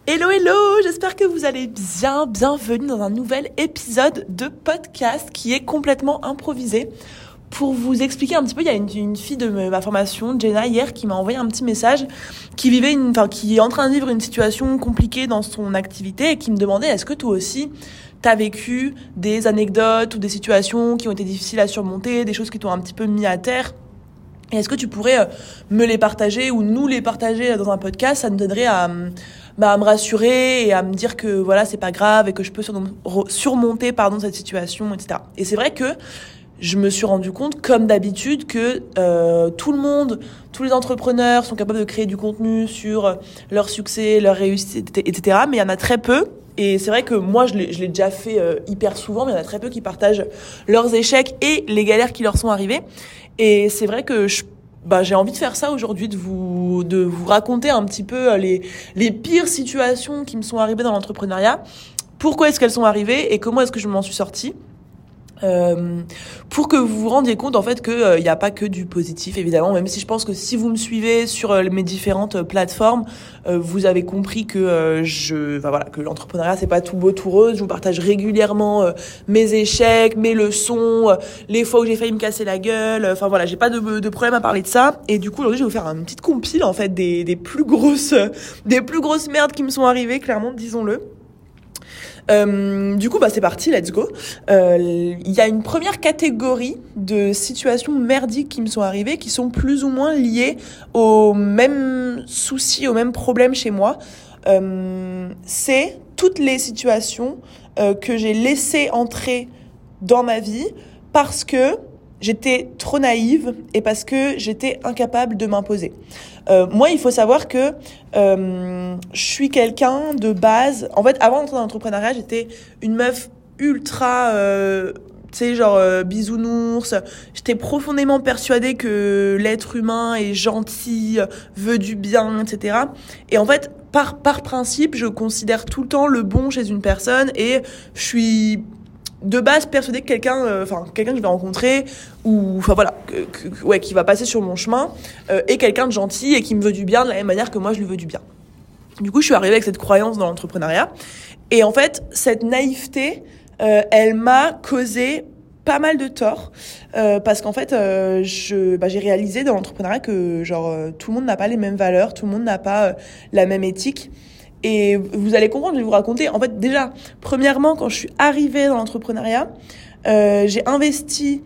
Hello, hello, j'espère que vous allez bien. Bienvenue dans un nouvel épisode de podcast qui est complètement improvisé. Pour vous expliquer un petit peu, il y a une fille de ma formation, Jenna, hier, qui m'a envoyé un petit message, qui est en train de vivre une situation compliquée dans son activité et qui me demandait est-ce que toi aussi t'as vécu des anecdotes ou des situations qui ont été difficiles à surmonter, des choses qui t'ont un petit peu mis à terre. Et est-ce que tu pourrais me les partager ou nous les partager dans un podcast? Ça nous aiderait à me rassurer et à me dire que voilà, c'est pas grave et que je peux surmonter cette situation, etc. Et c'est vrai que je me suis rendu compte, comme d'habitude, que tout le monde, tous les entrepreneurs sont capables de créer du contenu sur leur succès, leur réussite, etc. Mais il y en a très peu. Et c'est vrai que moi, je l'ai déjà fait hyper souvent, mais il y en a très peu qui partagent leurs échecs et les galères qui leur sont arrivées. Et c'est vrai que j'ai envie de faire ça aujourd'hui, de vous raconter un petit peu les pires situations qui me sont arrivées dans l'entrepreneuriat, pourquoi est-ce qu'elles sont arrivées et comment est-ce que je m'en suis sortie. Pour que vous vous rendiez compte en fait que y a pas que du positif, évidemment, même si je pense que si vous me suivez sur mes différentes plateformes, vous avez compris que que l'entrepreneuriat c'est pas tout beau tout rose. Je vous partage régulièrement mes échecs, mes leçons, les fois où j'ai failli me casser la gueule. J'ai pas de problème à parler de ça. Et du coup aujourd'hui je vais vous faire une petite compile en fait des plus grosses merdes qui me sont arrivées, clairement, disons-le. C'est parti, let's go. Il y a une première catégorie de situations merdiques qui me sont arrivées, qui sont plus ou moins liées aux mêmes soucis, aux mêmes problèmes chez moi. C'est toutes les situations que j'ai laissées entrer dans ma vie parce que j'étais trop naïve et parce que j'étais incapable de m'imposer. Moi, il faut savoir que je suis quelqu'un de base. En fait, avant d'entrer dans l'entrepreneuriat, j'étais une meuf ultra, bisounours. J'étais profondément persuadée que l'être humain est gentil, veut du bien, etc. Et en fait, par principe, je considère tout le temps le bon chez une personne et je suis de base persuadée que quelqu'un que je vais rencontrer qui va passer sur mon chemin est quelqu'un de gentil et qui me veut du bien de la même manière que moi je lui veux du bien. Du coup, je suis arrivée avec cette croyance dans l'entrepreneuriat et en fait, cette naïveté, elle m'a causé pas mal de tort parce qu'en fait j'ai réalisé dans l'entrepreneuriat que tout le monde n'a pas les mêmes valeurs, tout le monde n'a pas la même éthique. Et vous allez comprendre, je vais vous raconter. En fait, déjà, premièrement, quand je suis arrivée dans l'entrepreneuriat, j'ai investi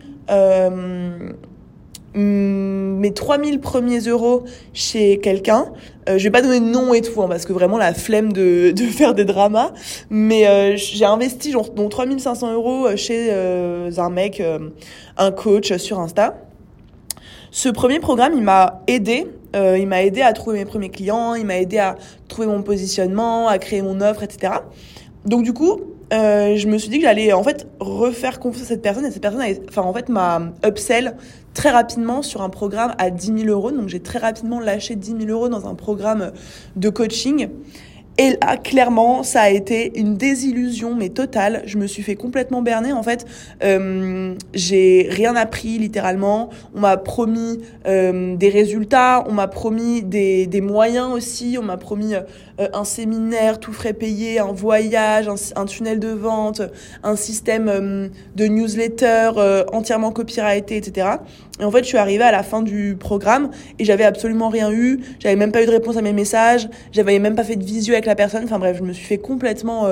mes 3000 premiers euros chez quelqu'un. Je vais pas donner de nom et tout, parce que vraiment la flemme de faire des dramas. Mais j'ai investi donc 3500 euros chez un mec, un coach sur Insta. Ce premier programme, il m'a aidé. Il m'a aidé à trouver mes premiers clients, il m'a aidé à trouver mon positionnement, à créer mon offre, etc. Donc du coup, je me suis dit que j'allais en fait refaire confiance à cette personne. Et cette personne m'a upsell très rapidement sur un programme à 10 000 euros. Donc j'ai très rapidement lâché 10 000 euros dans un programme de coaching. Et là, clairement, ça a été une désillusion, mais totale. Je me suis fait complètement berner. En fait, j'ai rien appris, littéralement. On m'a promis des résultats, on m'a promis des moyens aussi. On m'a promis un séminaire, tout frais payé, un voyage, un tunnel de vente, un système de newsletter entièrement copyrighté, etc. Et en fait, je suis arrivée à la fin du programme et j'avais absolument rien eu. J'avais même pas eu de réponse à mes messages. J'avais même pas fait de visio avec la personne. Enfin bref, je me suis fait complètement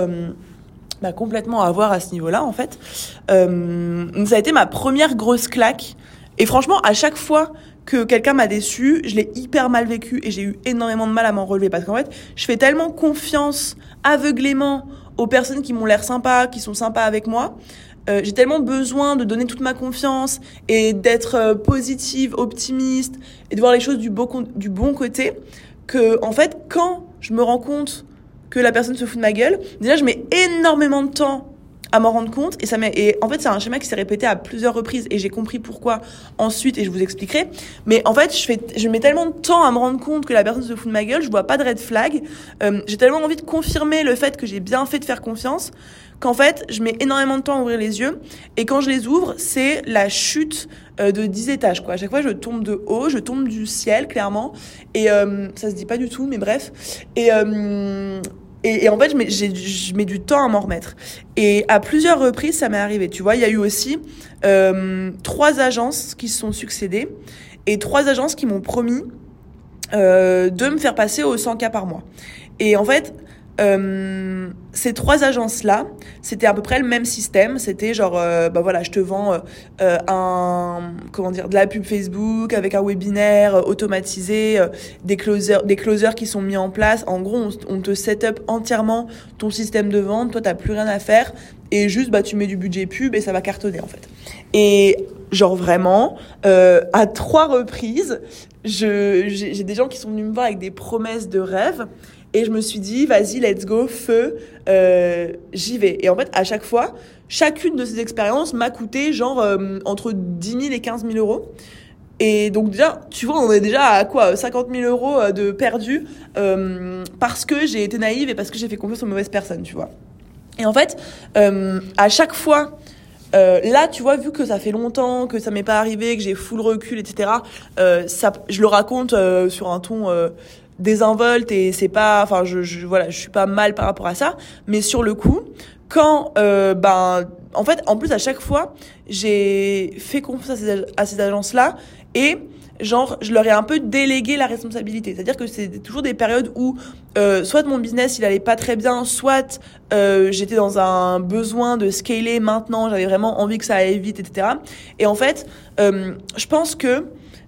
avoir à ce niveau-là, en fait. Donc ça a été ma première grosse claque. Et franchement, à chaque fois que quelqu'un m'a déçu, je l'ai hyper mal vécu et j'ai eu énormément de mal à m'en relever parce qu'en fait, je fais tellement confiance aveuglément aux personnes qui m'ont l'air sympas, qui sont sympas avec moi. J'ai tellement besoin de donner toute ma confiance et d'être positive, optimiste et de voir les choses du bon côté que, en fait, quand je me rends compte que la personne se fout de ma gueule, déjà, je mets énormément de temps à m'en rendre compte et en fait c'est un schéma qui s'est répété à plusieurs reprises et j'ai compris pourquoi ensuite et je vous expliquerai. Mais en fait je mets tellement de temps à me rendre compte que la personne se fout de ma gueule, je vois pas de red flag, j'ai tellement envie de confirmer le fait que j'ai bien fait de faire confiance qu'en fait je mets énormément de temps à ouvrir les yeux et quand je les ouvre c'est la chute de 10 étages quoi. À chaque fois je tombe de haut, je tombe du ciel clairement et ça se dit pas du tout mais bref Et en fait, je mets du temps à m'en remettre. Et à plusieurs reprises, ça m'est arrivé. Tu vois, il y a eu aussi 3 agences qui se sont succédées et 3 agences qui m'ont promis de me faire passer aux 100K par mois. Et en fait, ces 3 agences-là, c'était à peu près le même système. C'était genre, voilà, je te vends de la pub Facebook avec un webinaire automatisé, des closers qui sont mis en place. En gros, on te set up entièrement ton système de vente. Toi, t'as plus rien à faire et juste, tu mets du budget pub et ça va cartonner en fait. Et genre vraiment, à 3 reprises, j'ai des gens qui sont venus me voir avec des promesses de rêve. Et je me suis dit, vas-y, let's go, feu, j'y vais. Et en fait, à chaque fois, chacune de ces expériences m'a coûté genre entre 10 000 et 15 000 euros. Et donc déjà, tu vois, on est déjà à quoi 50 000 euros de perdus parce que j'ai été naïve et parce que j'ai fait confiance aux mauvaises personnes, tu vois. Et en fait, à chaque fois... là, tu vois, vu que ça fait longtemps que ça m'est pas arrivé, que j'ai full recul, etc., je le raconte sur un ton désinvolte et c'est pas, enfin, je suis pas mal par rapport à ça, mais sur le coup, quand, en fait, en plus à chaque fois, j'ai fait confiance à ces agences-là et genre, je leur ai un peu délégué la responsabilité. C'est-à-dire que c'est toujours des périodes où soit mon business, il allait pas très bien, soit j'étais dans un besoin de scaler maintenant, j'avais vraiment envie que ça aille vite, etc. Et en fait, je pense que...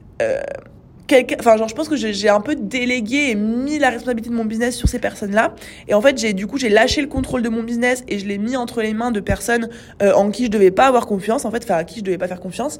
je pense que j'ai un peu délégué et mis la responsabilité de mon business sur ces personnes-là. Et en fait, j'ai lâché le contrôle de mon business et je l'ai mis entre les mains de personnes en qui je devais pas avoir confiance, en fait, à qui je devais pas faire confiance.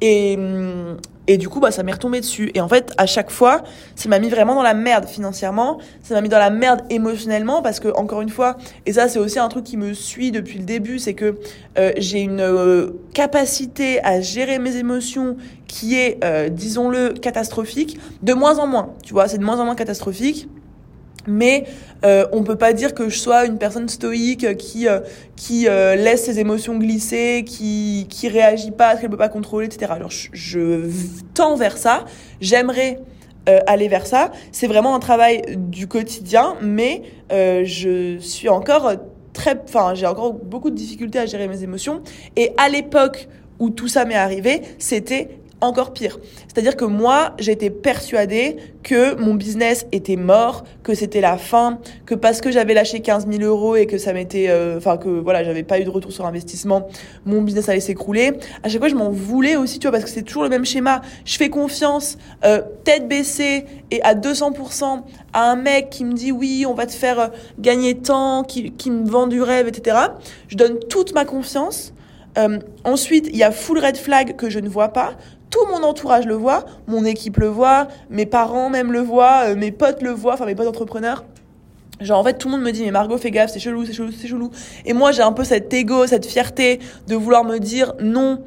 Et du coup, ça m'est retombé dessus. Et en fait, à chaque fois, ça m'a mis vraiment dans la merde financièrement, ça m'a mis dans la merde émotionnellement parce que, encore une fois, et ça, c'est aussi un truc qui me suit depuis le début, c'est que j'ai une capacité à gérer mes émotions qui est, disons-le, catastrophique, de moins en moins, tu vois, c'est de moins en moins catastrophique, mais on peut pas dire que je sois une personne stoïque qui laisse ses émotions glisser, qui réagit pas, qu'elle peut pas contrôler, etc. Alors je tends vers ça, j'aimerais aller vers ça, c'est vraiment un travail du quotidien, mais je suis encore j'ai encore beaucoup de difficultés à gérer mes émotions, et à l'époque où tout ça m'est arrivé, c'était encore pire. C'est-à-dire que moi, j'étais persuadée que mon business était mort, que c'était la fin, que parce que j'avais lâché 15 000 euros et que ça m'était, j'avais pas eu de retour sur investissement, mon business allait s'écrouler. À chaque fois, je m'en voulais aussi, tu vois, parce que c'est toujours le même schéma. Je fais confiance, tête baissée et à 200% à un mec qui me dit oui, on va te faire gagner tant, qui me vend du rêve, etc. Je donne toute ma confiance. Ensuite, il y a full red flag que je ne vois pas. Tout mon entourage le voit, mon équipe le voit, mes parents même le voient, mes potes le voient, mes potes entrepreneurs. Genre, en fait, tout le monde me dit, mais Margot, fais gaffe, c'est chelou, c'est chelou, c'est chelou. Et moi, j'ai un peu cet ego, cette fierté de vouloir me dire, non,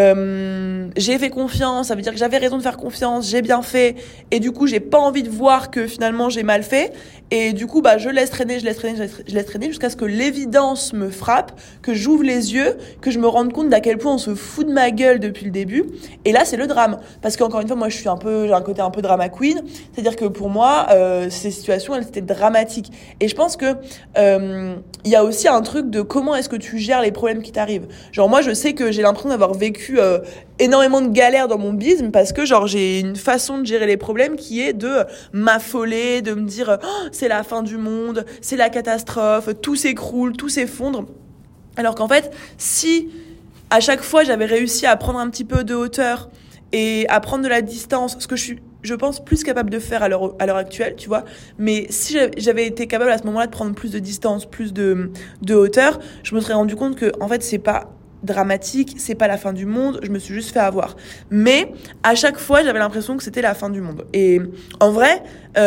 j'ai fait confiance, ça veut dire que j'avais raison de faire confiance, j'ai bien fait. Et du coup, j'ai pas envie de voir que finalement, j'ai mal fait. Et du coup, je laisse traîner jusqu'à ce que l'évidence me frappe, que j'ouvre les yeux, que je me rende compte d'à quel point on se fout de ma gueule depuis le début. Et là, c'est le drame. Parce qu'encore une fois, moi, j'ai un côté un peu drama queen. C'est-à-dire que pour moi, ces situations, elles étaient dramatiques. Et je pense que il y a aussi un truc de comment est-ce que tu gères les problèmes qui t'arrivent. Genre moi, je sais que j'ai l'impression d'avoir vécu énormément de galères dans mon business parce que genre j'ai une façon de gérer les problèmes qui est de m'affoler, de me dire c'est la fin du monde, c'est la catastrophe, tout s'écroule, tout s'effondre. Alors qu'en fait, si à chaque fois j'avais réussi à prendre un petit peu de hauteur et à prendre de la distance, ce que je pense plus capable de faire à l'heure actuelle, tu vois. Mais si j'avais été capable à ce moment-là de prendre plus de distance, plus de hauteur, je me serais rendu compte que en fait c'est pas dramatique, c'est pas la fin du monde, je me suis juste fait avoir. Mais à chaque fois, j'avais l'impression que c'était la fin du monde. Et en vrai,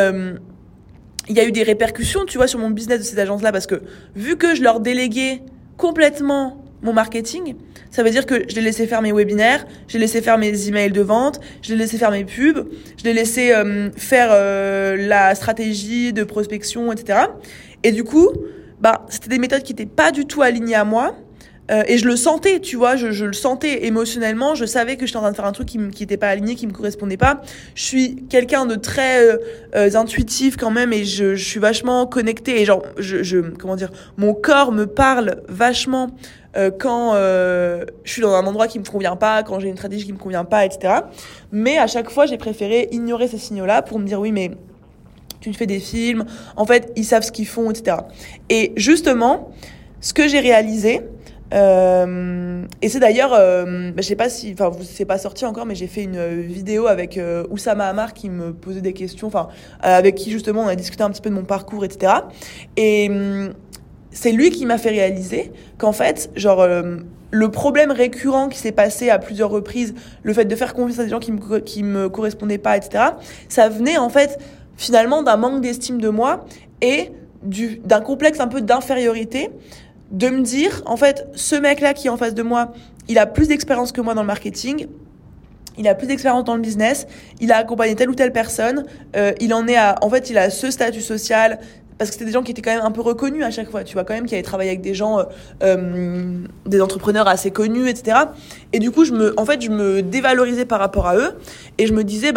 il y a eu des répercussions, tu vois, sur mon business de ces agences-là parce que vu que je leur déléguais complètement mon marketing, ça veut dire que je les laissais faire mes webinaires, je les laissais faire mes emails de vente, je les laissais faire mes pubs, je les laissais faire la stratégie de prospection, etc. Et du coup, c'était des méthodes qui étaient pas du tout alignées à moi. et je le sentais, tu vois, je le sentais émotionnellement, je savais que j'étais en train de faire un truc qui était pas aligné, qui me correspondait pas. Je suis quelqu'un de très intuitif quand même, et je suis vachement connectée, et genre comment dire, mon corps me parle vachement quand je suis dans un endroit qui me convient pas, quand j'ai une stratégie qui me convient pas, etc. Mais à chaque fois, j'ai préféré ignorer ces signaux-là pour me dire oui, mais tu te fais des films, en fait, ils savent ce qu'ils font, etc. Et justement, ce que j'ai réalisé, et c'est d'ailleurs, je sais pas si, enfin, c'est pas sorti encore, mais j'ai fait une vidéo avec Oussama Hamar qui me posait des questions, enfin, avec qui justement on a discuté un petit peu de mon parcours, etc. Et c'est lui qui m'a fait réaliser qu'en fait, genre, le problème récurrent qui s'est passé à plusieurs reprises, le fait de faire confiance à des gens qui me correspondaient pas, etc., ça venait en fait finalement d'un manque d'estime de moi et d'un complexe un peu d'infériorité, de me dire, en fait, ce mec-là qui est en face de moi, il a plus d'expérience que moi dans le marketing, il a plus d'expérience dans le business, il a accompagné telle ou telle personne, il a ce statut social, parce que c'était des gens qui étaient quand même un peu reconnus à chaque fois, tu vois, quand même, qui avaient travaillé avec des gens, des entrepreneurs assez connus, etc. Et du coup, je me dévalorisais par rapport à eux, et je me disais,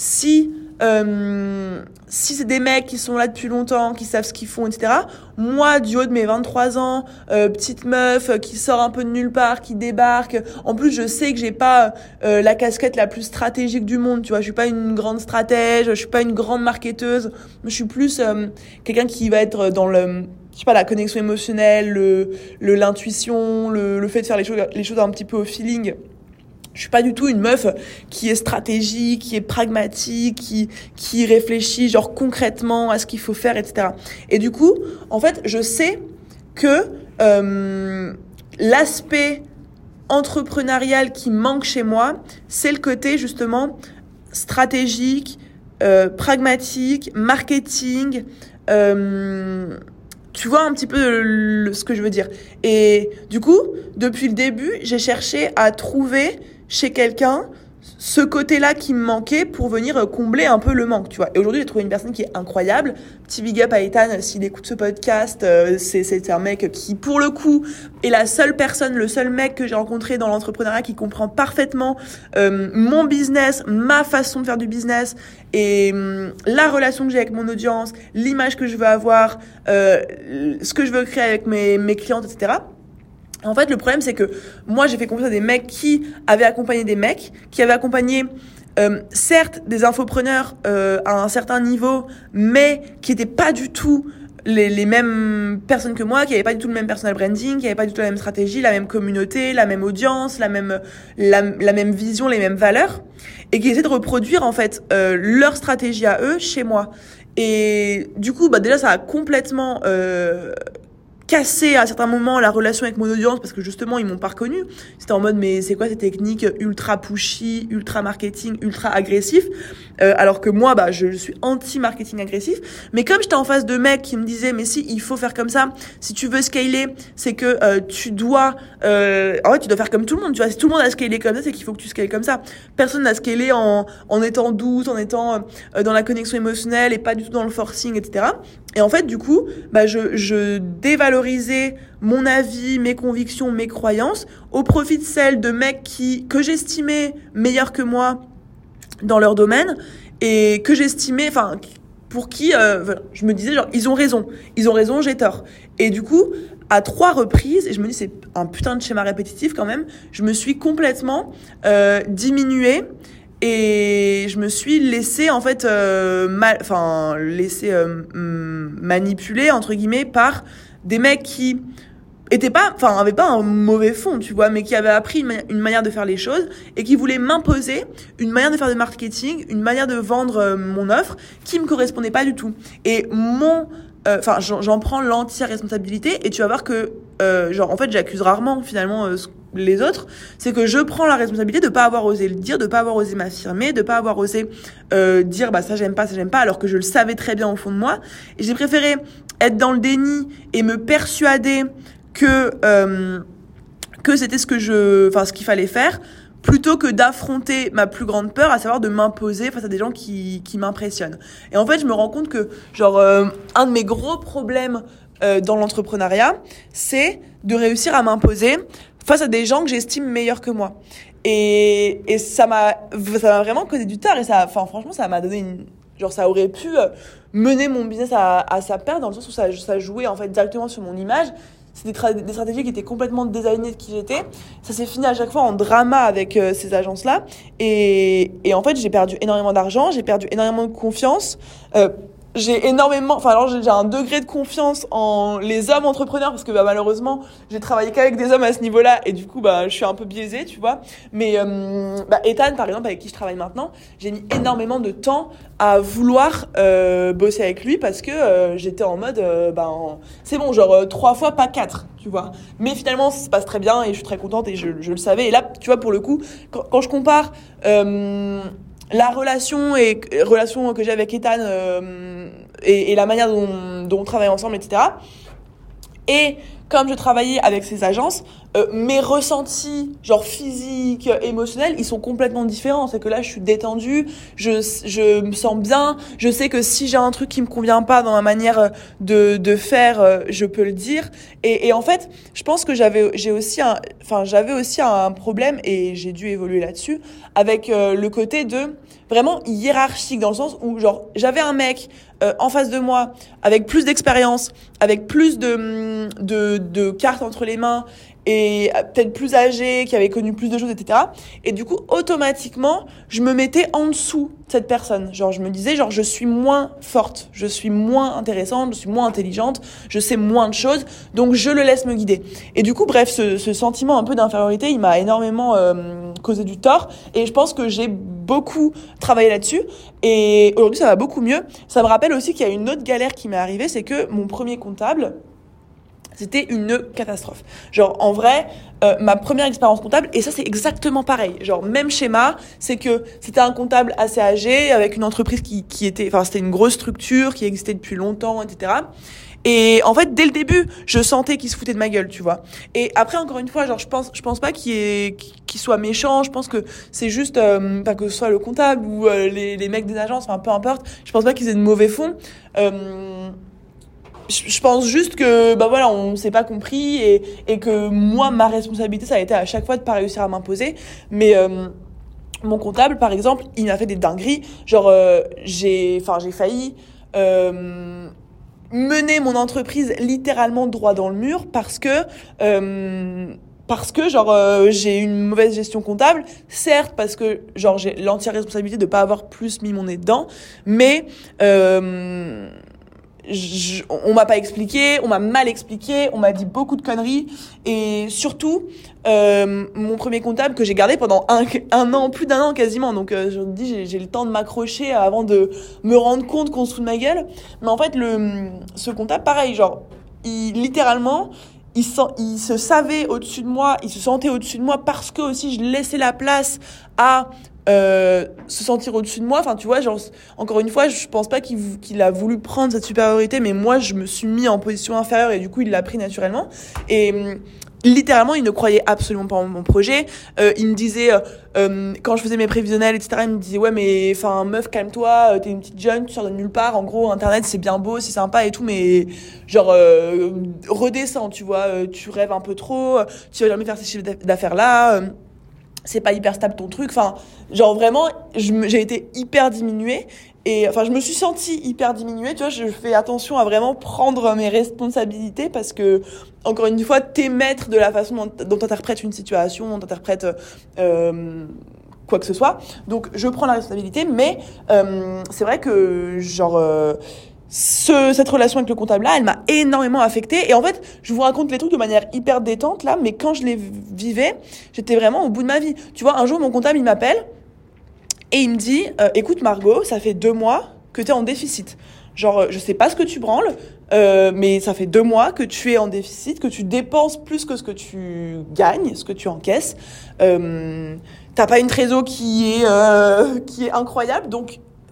si c'est des mecs qui sont là depuis longtemps, qui savent ce qu'ils font, etc., moi, du haut de mes 23 ans, petite meuf qui sort un peu de nulle part, qui débarque, en plus, je sais que j'ai pas la casquette la plus stratégique du monde, tu vois, je suis pas une grande stratège, je suis pas une grande marketeuse, je suis plus quelqu'un qui va être dans la connexion émotionnelle, l'intuition, le fait de faire les choses un petit peu au feeling. Je suis pas du tout une meuf qui est stratégique, qui est pragmatique, qui réfléchit genre concrètement à ce qu'il faut faire, etc. Et du coup, en fait, je sais que l'aspect entrepreneurial qui manque chez moi, c'est le côté justement stratégique, pragmatique, marketing, tu vois un petit peu ce que je veux dire. Et du coup, depuis le début, j'ai cherché à trouver chez quelqu'un ce côté-là qui me manquait pour venir combler un peu le manque, tu vois. Et aujourd'hui, j'ai trouvé une personne qui est incroyable. Petit big up à Ethan, s'il écoute ce podcast, c'est un mec qui, pour le coup, est le seul mec que j'ai rencontré dans l'entrepreneuriat qui comprend parfaitement mon business, ma façon de faire du business et la relation que j'ai avec mon audience, l'image que je veux avoir, ce que je veux créer avec mes clientes, etc. En fait, le problème, c'est que moi, j'ai fait confiance à des mecs qui avaient accompagné des mecs, qui avaient accompagné, certes, des infopreneurs à un certain niveau, mais qui n'étaient pas du tout les mêmes personnes que moi, qui n'avaient pas du tout le même personal branding, qui n'avaient pas du tout la même stratégie, la même communauté, la même audience, la même vision, les mêmes valeurs, et qui essaient de reproduire, en fait, leur stratégie à eux chez moi. Et du coup, déjà, ça a complètement cassé à certains moments la relation avec mon audience parce que justement ils m'ont pas reconnu. C'était en mode mais c'est quoi ces techniques ultra pushy, ultra marketing, ultra agressif, alors que moi je suis anti marketing agressif. Mais comme j'étais en face de mecs qui me disaient mais si il faut faire comme ça, si tu veux scaler, c'est que tu dois en fait tu dois faire comme tout le monde, tu vois, si tout le monde a scalé comme ça, c'est qu'il faut que tu scales comme ça. Personne n'a scalé en étant douce, en étant dans la connexion émotionnelle et pas du tout dans le forcing, etc. Et en fait, du coup, je dévalorisais mon avis, mes convictions, mes croyances au profit de celles de mecs que j'estimais meilleurs que moi dans leur domaine et que j'estimais, pour qui je me disais genre ils ont raison, j'ai tort. Et du coup, à 3 reprises, et je me dis c'est un putain de schéma répétitif quand même, je me suis complètement diminuée. Et je me suis laissée en fait manipuler entre guillemets par des mecs qui avaient pas un mauvais fond, tu vois, mais qui avaient appris une manière de faire les choses et qui voulaient m'imposer une manière de faire du marketing, une manière de vendre mon offre qui me correspondait pas du tout. Et j'en prends l'entière responsabilité et tu vas voir que en fait j'accuse rarement finalement les autres, c'est que je prends la responsabilité de pas avoir osé le dire, de pas avoir osé m'affirmer, de pas avoir osé dire ça j'aime pas, alors que je le savais très bien au fond de moi. Et j'ai préféré être dans le déni et me persuader que c'était ce qu'il fallait faire, plutôt que d'affronter ma plus grande peur, à savoir de m'imposer face à des gens qui m'impressionnent. Et en fait, je me rends compte que, un de mes gros problèmes dans l'entrepreneuriat, c'est de réussir à m'imposer face à des gens que j'estime meilleurs que moi. Et ça m'a vraiment causé du tort, et franchement, ça m'a donné ça aurait pu mener mon business à sa perte, dans le sens où ça jouait, en fait, directement sur mon image. C'est des stratégies qui étaient complètement désalignées de qui j'étais. Ça s'est fini à chaque fois en drama avec ces agences-là. Et en fait, j'ai perdu énormément d'argent, j'ai perdu énormément de confiance. J'ai un degré de confiance en les hommes entrepreneurs, parce que malheureusement j'ai travaillé qu'avec des hommes à ce niveau-là, et du coup je suis un peu biaisée, tu vois. Mais Ethan, par exemple, avec qui je travaille maintenant, j'ai mis énormément de temps à vouloir bosser avec lui, parce que j'étais en mode c'est bon, 3 fois pas 4, tu vois. Mais finalement ça se passe très bien et je suis très contente, et je le savais. Et là, tu vois, pour le coup, quand je compare la relation que j'ai avec Ethan et la manière dont on travaille ensemble, etc. Et comme je travaillais avec ces agences, mes ressentis, physiques, émotionnels, ils sont complètement différents. C'est que là, je suis détendue, je me sens bien, je sais que si j'ai un truc qui me convient pas dans ma manière de faire, je peux le dire. Et en fait, je pense que j'avais aussi un problème, et j'ai dû évoluer là-dessus, avec le côté de vraiment hiérarchique, dans le sens où j'avais un mec en face de moi avec plus d'expérience, avec plus de cartes entre les mains, et peut-être plus âgé, qui avait connu plus de choses, etc. Et du coup, automatiquement, je me mettais en dessous de cette personne. Je me disais, je suis moins forte, je suis moins intéressante, je suis moins intelligente, je sais moins de choses, donc je le laisse me guider. Et du coup, bref, ce sentiment un peu d'infériorité, il m'a énormément causé du tort, et je pense que j'ai beaucoup travaillé là-dessus, et aujourd'hui, ça va beaucoup mieux. Ça me rappelle aussi qu'il y a une autre galère qui m'est arrivée, c'est que mon premier comptable, c'était une catastrophe. En vrai, ma première expérience comptable, et ça c'est exactement pareil. Même schéma, c'est que c'était un comptable assez âgé, avec une entreprise qui était, c'était une grosse structure qui existait depuis longtemps, etc. Et en fait, dès le début, je sentais qu'il se foutait de ma gueule, tu vois. Et après, encore une fois, je pense pas qu'il soit méchant. Je pense que c'est juste, que ce soit le comptable ou les mecs des agences, peu importe. Je pense pas qu'ils aient de mauvais fond. Je pense juste que on s'est pas compris, et que moi, ma responsabilité, ça a été à chaque fois de pas réussir à m'imposer. Mais mon comptable, par exemple, il m'a fait des dingueries. J'ai failli mener mon entreprise littéralement droit dans le mur, parce que j'ai une mauvaise gestion comptable, certes, parce que j'ai l'entière responsabilité de pas avoir plus mis mon nez dedans, mais on m'a pas expliqué, on m'a mal expliqué, on m'a dit beaucoup de conneries, et surtout mon premier comptable que j'ai gardé pendant un an, plus d'un an quasiment, donc je me dis j'ai le temps de m'accrocher avant de me rendre compte qu'on se fout de ma gueule. Mais en fait ce comptable, pareil, littéralement il se savait au-dessus de moi, il se sentait au-dessus de moi, parce que aussi je laissais la place à se sentir au-dessus de moi. Tu vois, encore une fois, je pense pas qu'il a voulu prendre cette supériorité, mais moi je me suis mis en position inférieure, et du coup il l'a pris naturellement. Et littéralement, il ne croyait absolument pas en mon projet. Il me disait, quand je faisais mes prévisionnels, etc., il me disait, ouais, mais meuf, calme-toi, t'es une petite jeune, tu sors de nulle part. En gros, Internet, c'est bien beau, c'est sympa et tout, mais redescends, tu vois, tu rêves un peu trop, tu vas jamais faire ces chiffres d'affaires là. C'est pas hyper stable ton truc. Vraiment, j'ai été hyper diminuée. Et je me suis sentie hyper diminuée, tu vois. Je fais attention à vraiment prendre mes responsabilités, parce que, encore une fois, t'es maître de la façon dont t'interprètes une situation, dont t'interprètes quoi que ce soit. Donc je prends la responsabilité, mais c'est vrai que cette relation avec le comptable là, elle m'a énormément affectée. Et en fait, je vous raconte les trucs de manière hyper détente là, mais quand je les vivais, j'étais vraiment au bout de ma vie. Tu vois, un jour mon comptable il m'appelle et il me dit écoute Margot, ça fait 2 mois que t'es en déficit. Je sais pas ce que tu branles, mais ça fait 2 mois que tu es en déficit, que tu dépenses plus que ce que tu gagnes, ce que tu encaisses. T'as pas une trésor qui est incroyable, donc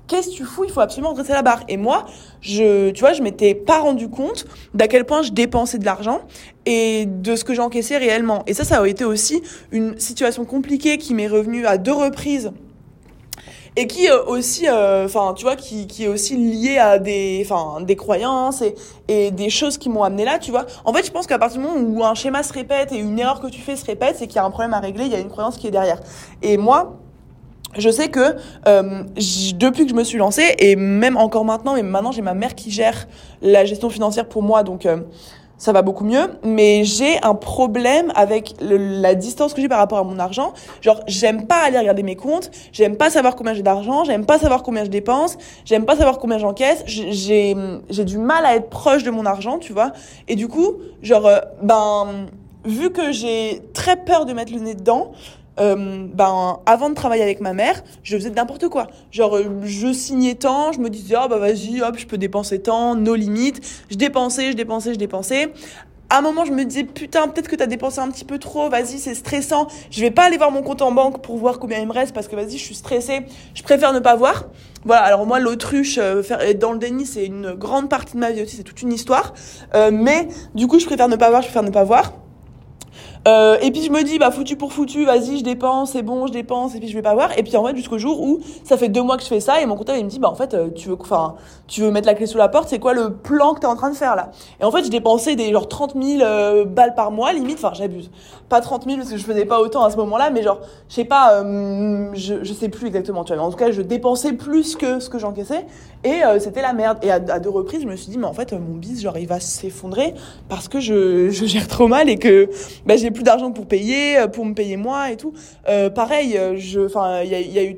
qu'est-ce que tu fous? Il faut absolument redresser la barre. Et moi, tu vois, je m'étais pas rendu compte d'à quel point je dépensais de l'argent et de ce que j'encaissais réellement. Et ça a été aussi une situation compliquée qui m'est revenue à 2 reprises. Et qui aussi, tu vois, qui est aussi liée à des croyances et des choses qui m'ont amené là, tu vois. En fait, je pense qu'à partir du moment où un schéma se répète et une erreur que tu fais se répète, c'est qu'il y a un problème à régler, il y a une croyance qui est derrière. Et moi, je sais que depuis que je me suis lancée, et même encore maintenant, mais maintenant j'ai ma mère qui gère la gestion financière pour moi, donc ça va beaucoup mieux, mais j'ai un problème avec la distance que j'ai par rapport à mon argent. Genre, j'aime pas aller regarder mes comptes, j'aime pas savoir combien j'ai d'argent, j'aime pas savoir combien je dépense, j'aime pas savoir combien j'encaisse. J'ai du mal à être proche de mon argent, tu vois. Et du coup, genre, vu que j'ai très peur de mettre le nez dedans, avant de travailler avec ma mère, je faisais n'importe quoi. Genre, je signais tant, je me disais, vas-y, hop, je peux dépenser tant, no limites. Je dépensais. À un moment, je me disais, putain, peut-être que t'as dépensé un petit peu trop, vas-y, c'est stressant. Je vais pas aller voir mon compte en banque pour voir combien il me reste parce que, vas-y, je suis stressée. Je préfère ne pas voir. Voilà, alors moi, l'autruche, être dans le déni, c'est une grande partie de ma vie aussi, c'est toute une histoire. Mais, du coup, je préfère ne pas voir. Et puis je me dis foutu pour foutu, vas-y, je dépense, c'est bon, je dépense et puis je vais pas voir. Et puis en fait jusqu'au jour où ça fait 2 mois que je fais ça et mon comptable il me dit en fait tu veux mettre la clé sous la porte, c'est quoi le plan que t'es en train de faire là? Et en fait je dépensais des genre 30 000 balles par mois limite, j'abuse, pas 30 000 parce que je faisais pas autant à ce moment-là, mais genre je sais pas, je sais plus exactement, tu vois, mais en tout cas je dépensais plus que ce que j'encaissais et c'était la merde. Et à 2 reprises je me suis dit mais en fait mon biz genre il va s'effondrer parce que je gère trop mal et que j'ai plus d'argent pour me payer moi et tout. Pareil, il y a eu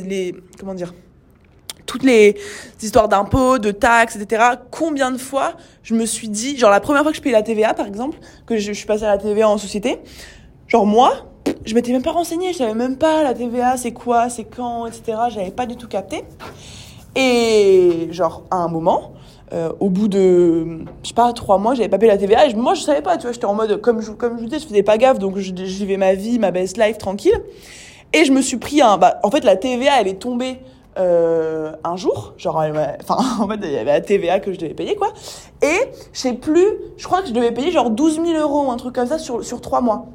toutes les histoires d'impôts, de taxes, etc. Combien de fois je me suis dit, genre la première fois que je payais la TVA par exemple, que je suis passée à la TVA en société, genre moi, je m'étais même pas renseignée, je savais même pas la TVA, c'est quoi, c'est quand, etc. J'avais pas du tout capté. Et genre à un moment, au bout de, 3 mois, j'avais pas payé la TVA et moi je savais pas, tu vois, j'étais en mode, comme je vous disais, je faisais pas gaffe, donc je vivais ma vie, ma best life tranquille. Et je me suis pris en fait, la TVA, elle est tombée, un jour, genre, en fait, il y avait la TVA que je devais payer, quoi. Et, je crois que je devais payer genre 12 000 euros, un truc comme ça, sur 3 mois.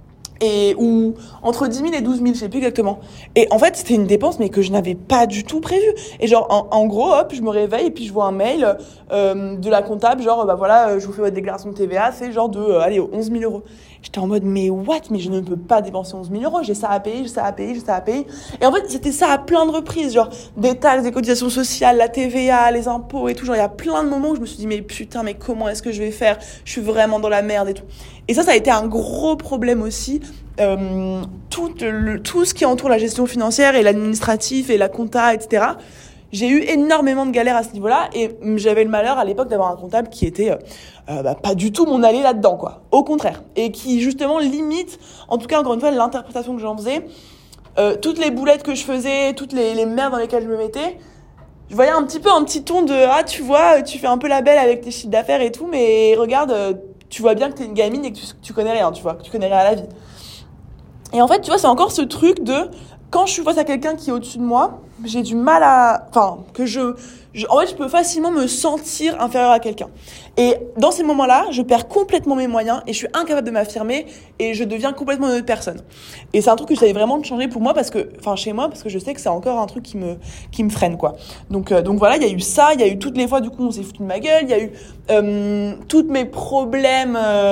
Ou entre 10 000 et 12 000, je sais plus exactement. Et en fait, c'était une dépense, mais que je n'avais pas du tout prévue. Et genre, en gros, hop, je me réveille et puis je vois un mail de la comptable, genre, je vous fais votre déclaration de TVA, c'est genre de, 11 000 euros. J'étais en mode, mais what? Mais je ne peux pas dépenser 11 000 euros, j'ai ça à payer. Et en fait, c'était ça à plein de reprises, genre, des taxes, des cotisations sociales, la TVA, les impôts et tout. Genre, il y a plein de moments où je me suis dit, mais putain, mais comment est-ce que je vais faire? Je suis vraiment dans la merde et tout. Et ça a été un gros problème aussi. Tout ce qui entoure la gestion financière et l'administratif et la compta, etc. J'ai eu énormément de galères à ce niveau-là et j'avais le malheur à l'époque d'avoir un comptable qui était pas du tout mon allié là-dedans, quoi. Au contraire. Et qui, justement, limite, en tout cas, encore une fois, l'interprétation que j'en faisais, toutes les boulettes que je faisais, toutes les merdes dans lesquelles je me mettais, je voyais un petit ton de, tu vois, tu fais un peu la belle avec tes chiffres d'affaires et tout, mais regarde, tu vois bien que t'es une gamine et que tu connais rien, tu vois, que tu connais rien à la vie. Et en fait, tu vois, c'est encore ce truc de, quand je suis face à quelqu'un qui est au-dessus de moi, j'ai du mal en fait, je peux facilement me sentir inférieure à quelqu'un. Et dans ces moments-là, je perds complètement mes moyens et je suis incapable de m'affirmer et je deviens complètement une autre personne. Et c'est un truc que j'avais vraiment de changer pour moi chez moi, parce que je sais que c'est encore un truc qui me freine, quoi. Donc voilà, il y a eu ça, il y a eu toutes les fois, du coup, on s'est foutu de ma gueule, il y a eu, tous mes problèmes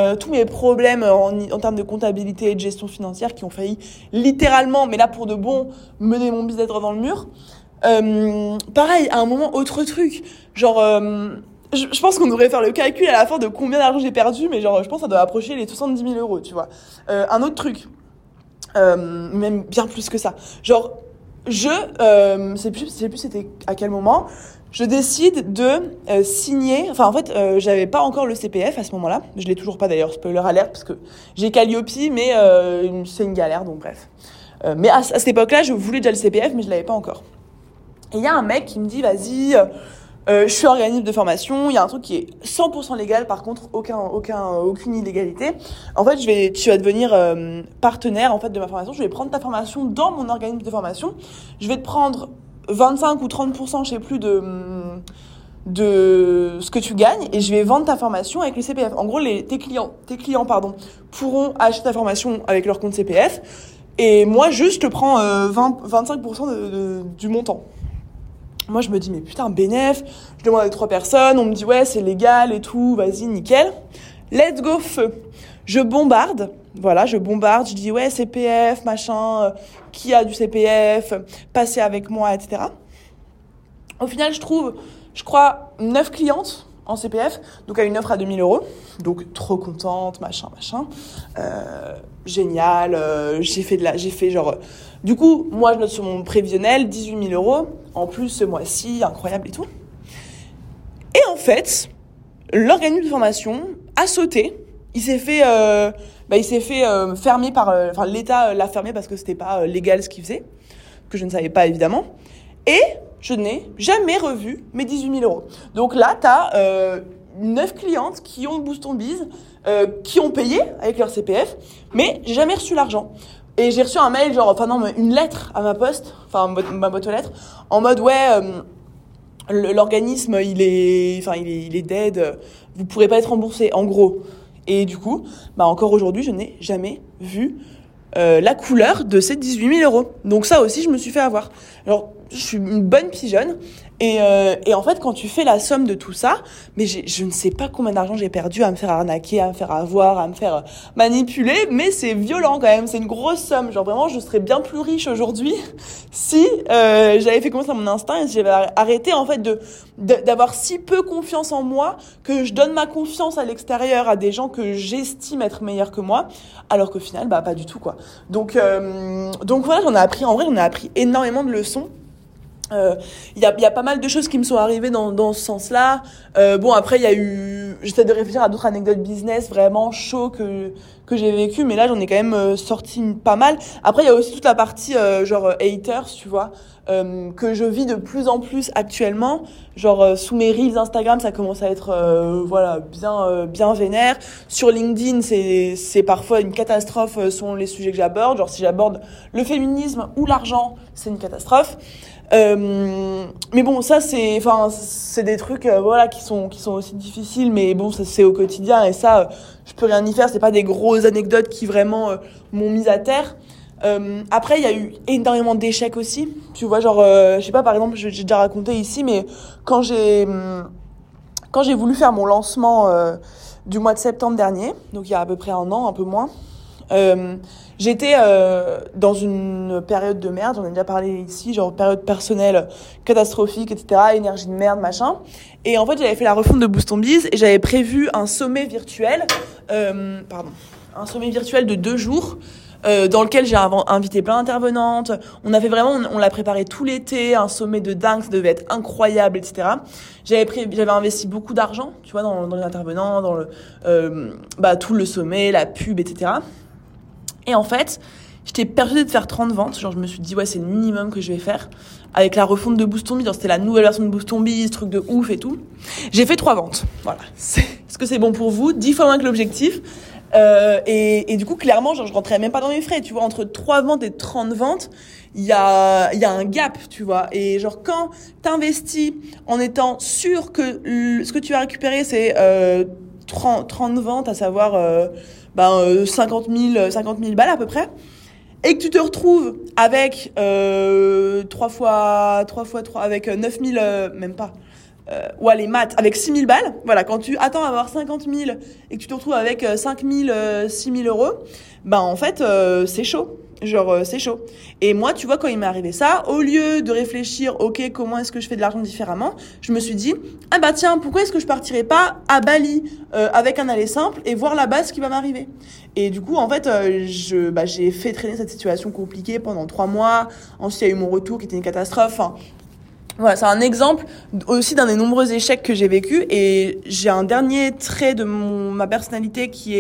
en termes de comptabilité et de gestion financière qui ont failli littéralement, mais là pour de bon, mener mon business droit dans le mur. Pareil, à un moment, autre truc, genre, je pense qu'on devrait faire le calcul à la fin de combien d'argent j'ai perdu, mais genre, je pense que ça doit approcher les 70 000 euros, tu vois. Un autre truc, même bien plus que ça, genre, je sais plus c'était à quel moment, je décide de signer, en fait, j'avais pas encore le CPF à ce moment-là, je l'ai toujours pas d'ailleurs, spoiler alert, parce que j'ai Calliope, mais c'est une galère, donc bref. Mais à cette époque-là, je voulais déjà le CPF, mais je l'avais pas encore. Et il y a un mec qui me dit, vas-y, je suis organisme de formation, il y a un truc qui est 100% légal, par contre, aucune illégalité. En fait, tu vas devenir partenaire, en fait, de ma formation. Je vais prendre ta formation dans mon organisme de formation. Je vais te prendre 25 ou 30%, je sais plus, de ce que tu gagnes, et je vais vendre ta formation avec le CPF. En gros, tes clients, pourront acheter ta formation avec leur compte CPF, et moi, juste, je te prends 25% du montant. Moi, je me dis, mais putain, bénef, je demande à 3 personnes, on me dit, ouais, c'est légal et tout, vas-y, nickel. Let's go, feu. Je bombarde, je dis, ouais, CPF, machin, qui a du CPF, passez avec moi, etc. Au final, je crois, 9 clientes en CPF, donc à une offre à 2 000 €. Donc, trop contente, machin. Génial, j'ai fait genre... Du coup, moi, je note sur mon prévisionnel 18 000 €. En plus, ce mois-ci, incroyable et tout. Et en fait, l'organisme de formation a sauté. Il s'est fait fermer l'État l'a fermé parce que c'était pas légal ce qu'il faisait, que je ne savais pas évidemment. Et je n'ai jamais revu mes 18 000 €. Donc là, t'as 9 clientes qui ont Boost ton Biz, qui ont payé avec leur CPF, mais j'ai jamais reçu l'argent. Et j'ai reçu un mail, une lettre à ma poste, ma boîte aux lettres, en mode l'organisme il est dead, vous pourrez pas être remboursé, en gros. Et du coup, encore aujourd'hui, je n'ai jamais vu la couleur de ces 18 000 €. Donc ça aussi, je me suis fait avoir. Alors, je suis une bonne pigeonne. Et en fait, quand tu fais la somme de tout ça, mais je ne sais pas combien d'argent j'ai perdu à me faire arnaquer, à me faire avoir, à me faire manipuler, mais c'est violent quand même, c'est une grosse somme. Genre vraiment, je serais bien plus riche aujourd'hui si j'avais fait confiance à mon instinct et si j'avais arrêté en fait d'avoir si peu confiance en moi que je donne ma confiance à l'extérieur à des gens que j'estime être meilleurs que moi, alors qu'au final, pas du tout quoi. Donc voilà, j'en ai appris énormément de leçons. Il y a pas mal de choses qui me sont arrivées dans ce sens-là. Après j'essaie de réfléchir à d'autres anecdotes business vraiment chauds que j'ai vécu, mais là j'en ai quand même sorti pas mal. Après il y a aussi toute la partie haters, tu vois, que je vis de plus en plus actuellement. Sous mes reels Instagram, ça commence à être bien vénère. Sur LinkedIn, c'est parfois une catastrophe selon les sujets que j'aborde. Si j'aborde le féminisme ou l'argent, c'est une catastrophe. Mais bon, ça c'est des trucs qui sont aussi difficiles, mais bon, ça c'est au quotidien et ça je peux rien y faire, c'est pas des grosses anecdotes qui vraiment m'ont mise à terre. Après il y a eu énormément d'échecs aussi, tu vois, je sais pas, par exemple, j'ai déjà raconté ici, mais quand j'ai voulu faire mon lancement du mois de septembre dernier, donc il y a à peu près un an, un peu moins, j'étais dans une période de merde, j'en ai déjà parlé ici, période personnelle catastrophique, etc., énergie de merde, machin. Et en fait, j'avais fait la refonte de Boost ton Biz et j'avais prévu un sommet virtuel, de 2 jours, dans lequel j'ai invité plein d'intervenantes. On l'a préparé tout l'été, un sommet de dingue, ça devait être incroyable, etc. J'avais investi beaucoup d'argent, tu vois, dans les intervenants, dans tout le sommet, la pub, etc. Et en fait, j'étais persuadée de faire 30 ventes. Je me suis dit, ouais, c'est le minimum que je vais faire. Avec la refonte de Boost ton Biz. C'était la nouvelle version de Boost ton Biz, truc de ouf et tout. J'ai fait 3 ventes. Voilà. Est-ce que c'est bon pour vous? 10 fois moins que l'objectif. Et du coup, clairement, je rentrais même pas dans mes frais. Tu vois, entre 3 ventes et 30 ventes, il y a un gap, tu vois. Et quand t'investis en étant sûr que ce que tu vas récupérer, c'est 30 ventes, à savoir 50 000 balles à peu près, et que tu te retrouves avec 3 fois 3, avec 9 000, même pas, les maths, avec 6 000 balles, voilà, quand tu attends à avoir 50 000 et que tu te retrouves avec 5 000, 6 000 €, en fait, c'est chaud. C'est chaud. Et moi, tu vois, quand il m'est arrivé ça, au lieu de réfléchir, ok, comment est-ce que je fais de l'argent différemment, je me suis dit, tiens, pourquoi est-ce que je partirais pas à Bali avec un aller simple et voir là-bas ce qui va m'arriver. Et du coup, en fait, j'ai fait traîner cette situation compliquée pendant 3 mois. Ensuite, il y a eu mon retour qui était une catastrophe. Voilà, c'est un exemple aussi d'un des nombreux échecs que j'ai vécu. Et j'ai un dernier trait de ma personnalité qui est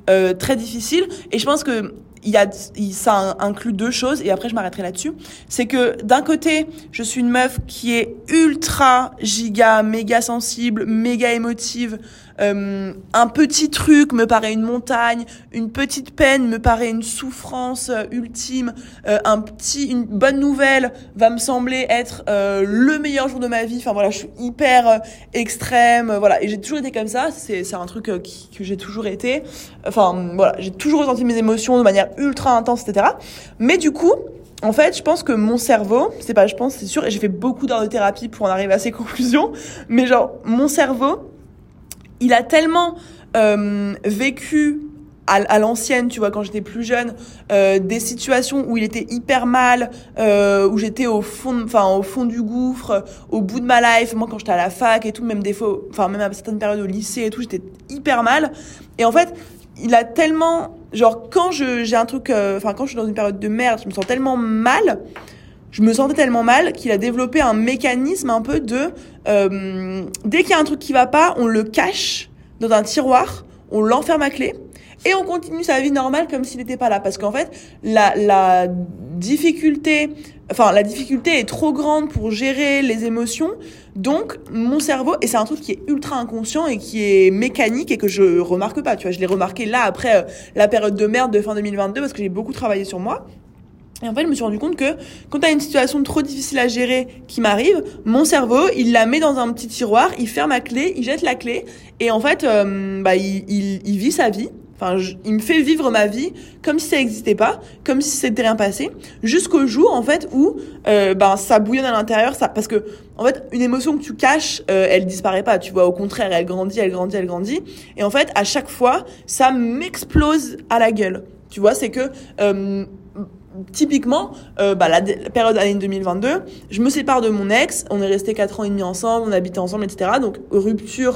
très difficile. Et je pense que ça inclut deux choses, et après je m'arrêterai là-dessus. C'est que d'un côté, je suis une meuf qui est ultra giga, méga sensible, méga émotive. Un petit truc me paraît une montagne, une petite peine me paraît une souffrance ultime, une bonne nouvelle va me sembler être le meilleur jour de ma vie. Enfin voilà, je suis hyper extrême, voilà, et j'ai toujours été comme ça. C'est un truc que j'ai toujours été. Enfin voilà, j'ai toujours ressenti mes émotions de manière ultra intense, etc. Mais du coup, en fait, je pense que mon cerveau, c'est sûr, et j'ai fait beaucoup d'heures de thérapie pour en arriver à ces conclusions, mais genre, mon cerveau, il a tellement vécu à l'ancienne, tu vois, quand j'étais plus jeune, des situations où il était hyper mal, où j'étais au fond du gouffre, au bout de ma life. Moi, quand j'étais à la fac et tout, même des fois, enfin, même à certaines périodes au lycée et tout, j'étais hyper mal. Et en fait, il a tellement, genre, quand j'ai un truc, quand je suis dans une période de merde, je me sentais tellement mal qu'il a développé un mécanisme un peu de, dès qu'il y a un truc qui va pas, on le cache dans un tiroir, on l'enferme à clé, et on continue sa vie normale comme s'il n'était pas là. Parce qu'en fait, la difficulté est trop grande pour gérer les émotions. Donc, mon cerveau, et c'est un truc qui est ultra inconscient et qui est mécanique et que je remarque pas, tu vois. Je l'ai remarqué là, après la période de merde de fin 2022, parce que j'ai beaucoup travaillé sur moi. Et en fait, je me suis rendu compte que quand t'as une situation trop difficile à gérer qui m'arrive, mon cerveau, il la met dans un petit tiroir, il ferme la clé, il jette la clé, et en fait, il vit sa vie. Enfin, il me fait vivre ma vie comme si ça n'existait pas, comme si c'était rien passé, jusqu'au jour en fait où ça bouillonne à l'intérieur, parce que en fait une émotion que tu caches, elle disparaît pas, tu vois, au contraire, elle grandit, et en fait à chaque fois ça m'explose à la gueule. Tu vois, c'est que typiquement, la période année 2022, je me sépare de mon ex, on est resté 4 ans et demi ensemble, on habitait ensemble, etc. Donc rupture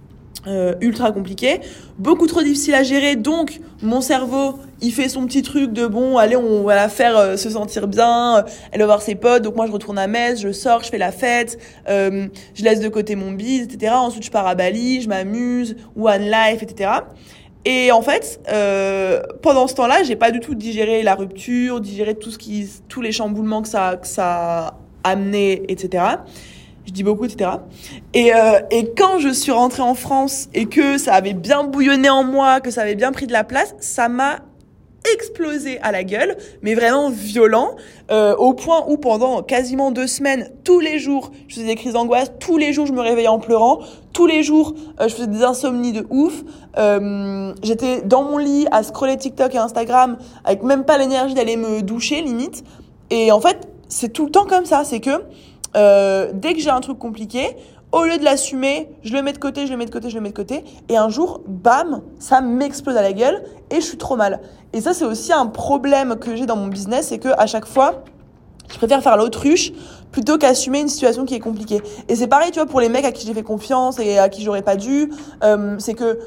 ultra compliqué, beaucoup trop difficile à gérer, donc mon cerveau il fait son petit truc de bon, allez, on va la faire se sentir bien, elle va voir ses potes, donc moi je retourne à Metz, je sors, je fais la fête, je laisse de côté mon bise, etc. Ensuite je pars à Bali, je m'amuse, one life, etc. Et en fait, pendant ce temps-là, j'ai pas du tout digéré la rupture, digéré tous les chamboulements que ça a amené, etc. Je dis beaucoup, etc. Et quand je suis rentrée en France et que ça avait bien bouillonné en moi, que ça avait bien pris de la place, ça m'a explosé à la gueule, mais vraiment violent, au point où pendant quasiment 2 semaines, tous les jours, je faisais des crises d'angoisse, tous les jours je me réveillais en pleurant, tous les jours je faisais des insomnies de ouf, j'étais dans mon lit à scroller TikTok et Instagram avec même pas l'énergie d'aller me doucher limite. Et en fait, c'est tout le temps comme ça, c'est que dès que j'ai un truc compliqué, au lieu de l'assumer, je le mets de côté, et un jour, bam, ça m'explose à la gueule et je suis trop mal. Et ça, c'est aussi un problème que j'ai dans mon business, c'est que à chaque fois, je préfère faire l'autruche plutôt qu'assumer une situation qui est compliquée. Et c'est pareil, tu vois, pour les mecs à qui j'ai fait confiance et à qui j'aurais pas dû, c'est que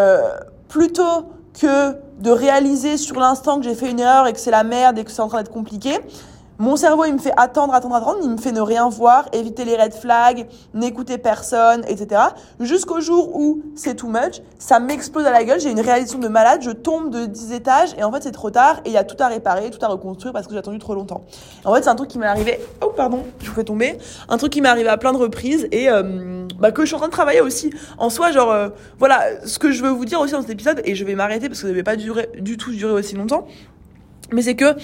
plutôt que de réaliser sur l'instant que j'ai fait une erreur et que c'est la merde et que c'est en train d'être compliqué, mon cerveau, il me fait attendre, il me fait ne rien voir, éviter les red flags, n'écouter personne, etc. Jusqu'au jour où c'est too much, ça m'explose à la gueule, j'ai une réalisation de malade, je tombe de 10 étages et en fait c'est trop tard et il y a tout à réparer, tout à reconstruire parce que j'ai attendu trop longtemps. En fait, c'est un truc qui m'est arrivé, je vous fais tomber, un truc qui m'est arrivé à plein de reprises et que je suis en train de travailler aussi. En soi, voilà, ce que je veux vous dire aussi dans cet épisode, et je vais m'arrêter parce que ça ne devait pas durer aussi longtemps, mais c'est que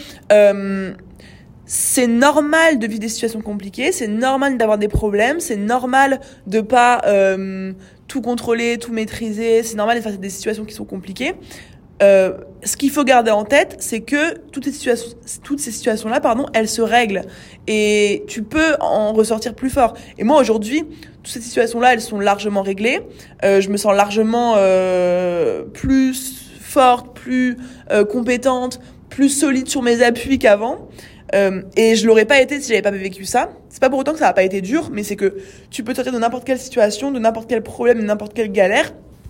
c'est normal de vivre des situations compliquées, c'est normal d'avoir des problèmes, c'est normal de pas tout contrôler, tout maîtriser, c'est normal de faire des situations qui sont compliquées. Ce qu'il faut garder en tête, c'est que toutes ces situations-là, elles se règlent et tu peux en ressortir plus fort. Et moi aujourd'hui, toutes ces situations-là, elles sont largement réglées. Je me sens largement plus forte, plus compétente, plus solide sur mes appuis qu'avant. Et je l'aurais pas été si j'avais pas vécu ça. C'est pas pour autant que ça a pas été dur, mais c'est que tu peux sortir de n'importe quelle situation, de n'importe quel problème, de n'importe quelle galère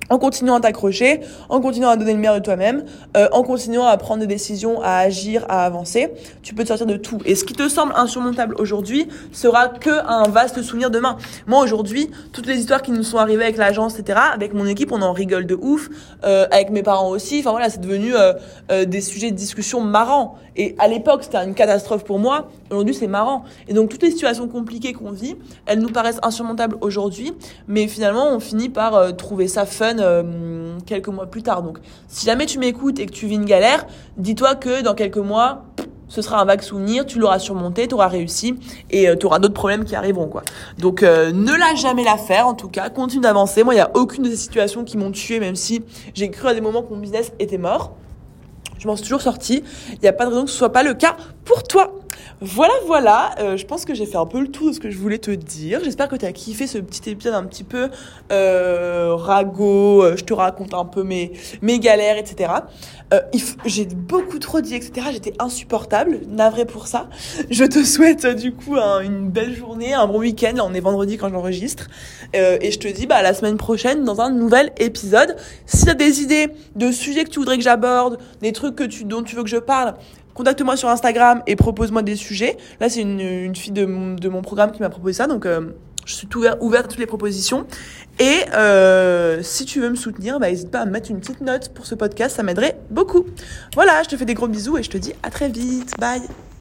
en continuant à t'accrocher, en continuant à donner le meilleur de toi-même, en continuant à prendre des décisions, à agir, à avancer, tu peux te sortir de tout. Et ce qui te semble insurmontable aujourd'hui sera que un vaste souvenir demain. Moi, aujourd'hui, toutes les histoires qui nous sont arrivées avec l'agence, etc., avec mon équipe, on en rigole de ouf, avec mes parents aussi. Enfin voilà, c'est devenu des sujets de discussion marrants. Et à l'époque, c'était une catastrophe pour moi. Aujourd'hui, c'est marrant. Et donc, toutes les situations compliquées qu'on vit, elles nous paraissent insurmontables aujourd'hui, mais finalement, on finit par trouver ça fun quelques mois plus tard. Donc, si jamais tu m'écoutes et que tu vis une galère, dis-toi que dans quelques mois, ce sera un vague souvenir, tu l'auras surmonté, tu auras réussi et tu auras d'autres problèmes qui arriveront, quoi. Donc, ne lâche jamais l'affaire, en tout cas. Continue d'avancer. Moi, il n'y a aucune de ces situations qui m'ont tué, même si j'ai cru à des moments que mon business était mort. Je m'en suis toujours sortie. Il n'y a pas de raison que ce soit pas le cas pour toi. Voilà. Je pense que j'ai fait un peu le tour de ce que je voulais te dire. J'espère que tu as kiffé ce petit épisode un petit peu ragot. Je te raconte un peu mes galères, etc. J'ai beaucoup trop dit, etc. J'étais insupportable. Navrée pour ça. Je te souhaite du coup une belle journée, un bon week-end. Là, on est vendredi quand j'enregistre. Et je te dis la semaine prochaine dans un nouvel épisode. Si tu as des idées de sujets que tu voudrais que j'aborde, des trucs dont tu veux que je parle, contacte-moi sur Instagram et propose-moi des sujets. Là, c'est une fille de mon programme qui m'a proposé ça, donc je suis ouverte à toutes les propositions. Et si tu veux me soutenir, n'hésite pas à me mettre une petite note pour ce podcast, ça m'aiderait beaucoup. Voilà, je te fais des gros bisous et je te dis à très vite. Bye.